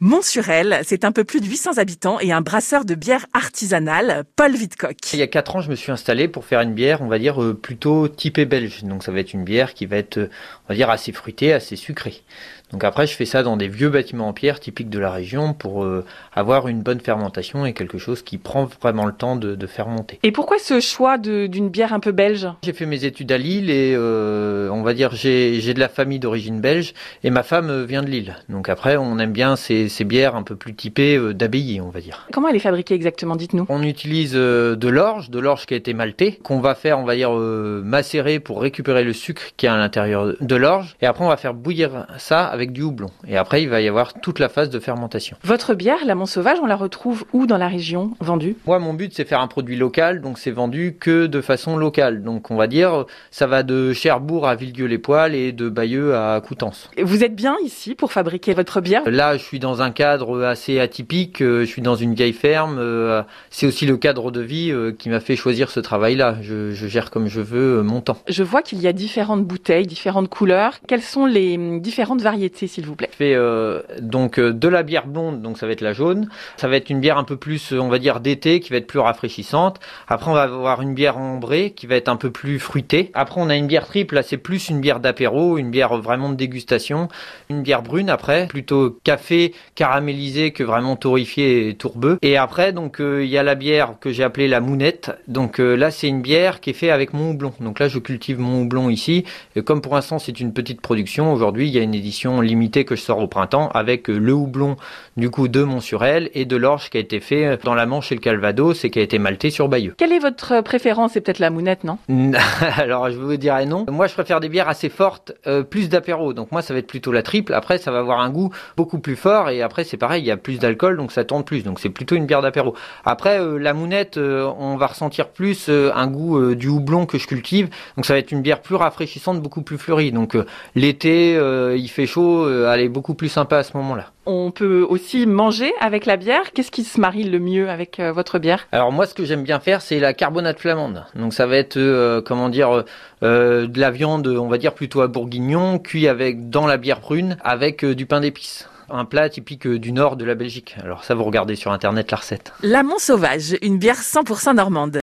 Mont-sur-Elle, c'est un peu plus de 800 habitants et un brasseur de bière artisanale, Paul Vidcock. Il y a 4 ans, je me suis installé pour faire une bière, on va dire, plutôt typée belge. Donc ça va être une bière qui va être, on va dire, assez fruitée, assez sucrée. Donc après, je fais ça dans des vieux bâtiments en pierre typiques de la région pour avoir une bonne fermentation et quelque chose qui prend vraiment le temps de fermenter. Et pourquoi ce choix d'une bière un peu belge ? J'ai fait mes études à Lille et on va dire j'ai de la famille d'origine belge et ma femme vient de Lille. Donc après, on aime bien ces bières un peu plus typées d'abbaye, on va dire. Comment elle est fabriquée exactement, dites-nous ? On utilise de l'orge qui a été maltée, qu'on va faire, on va dire, macérer pour récupérer le sucre qui est à l'intérieur de l'orge. Et après, on va faire bouillir ça avec du houblon. Et après, il va y avoir toute la phase de fermentation. Votre bière, la Mont Sauvage, on la retrouve où dans la région vendue ? Moi, mon but, c'est faire un produit local, donc c'est vendu que de façon locale. Donc, on va dire, ça va de Cherbourg à Villedieu-les-Poêles et de Bayeux à Coutances. Vous êtes bien ici pour fabriquer votre bière ? Là, je suis dans un cadre assez atypique. Je suis dans une vieille ferme. C'est aussi le cadre de vie qui m'a fait choisir ce travail-là. Je gère comme je veux mon temps. Je vois qu'il y a différentes bouteilles, différentes couleurs. Quelles sont les différentes variétés, s'il vous plaît ? Je fais donc de la bière blonde, donc ça va être la jaune. Ça va être une bière un peu plus, on va dire, d'été, qui va être plus rafraîchissante. Après, on va avoir une bière ambrée, qui va être un peu plus fruitée. Après, on a une bière triple, là, c'est plus une bière d'apéro, une bière vraiment de dégustation. Une bière brune, après, plutôt café caramélisé que vraiment torréfié et tourbeux. Et après, donc, il y a la bière que j'ai appelée la mounette. Donc là, c'est une bière qui est faite avec mon houblon. Donc là, je cultive mon houblon ici. Et comme pour l'instant, c'est une petite production, aujourd'hui, il y a une édition limitée que je sors au printemps avec le houblon du coup de Mont-sur-Elle et de l'orge qui a été fait dans la Manche et le Calvados et qui a été malté sur Bayeux. Quelle est votre préférence ? C'est peut-être la mounette, non ? Alors je vous dirais non. Moi je préfère des bières assez fortes, plus d'apéro. Donc moi ça va être plutôt la triple. Après ça va avoir un goût beaucoup plus fort et après c'est pareil, il y a plus d'alcool donc ça tourne plus. Donc c'est plutôt une bière d'apéro. Après la mounette, on va ressentir plus un goût du houblon que je cultive. Donc ça va être une bière plus rafraîchissante, beaucoup plus fleurie. Donc l'été, il fait chaud, elle est beaucoup plus sympa à ce moment-là. On peut aussi manger avec la bière. Qu'est-ce qui se marie le mieux avec votre bière ? Alors moi, ce que j'aime bien faire, c'est la carbonate flamande. Donc ça va être, de la viande, on va dire plutôt à bourguignon, cuit avec dans la bière brune, avec du pain d'épices. Un plat typique du nord de la Belgique. Alors ça, vous regardez sur Internet la recette. La Mont Sauvage, une bière 100% normande.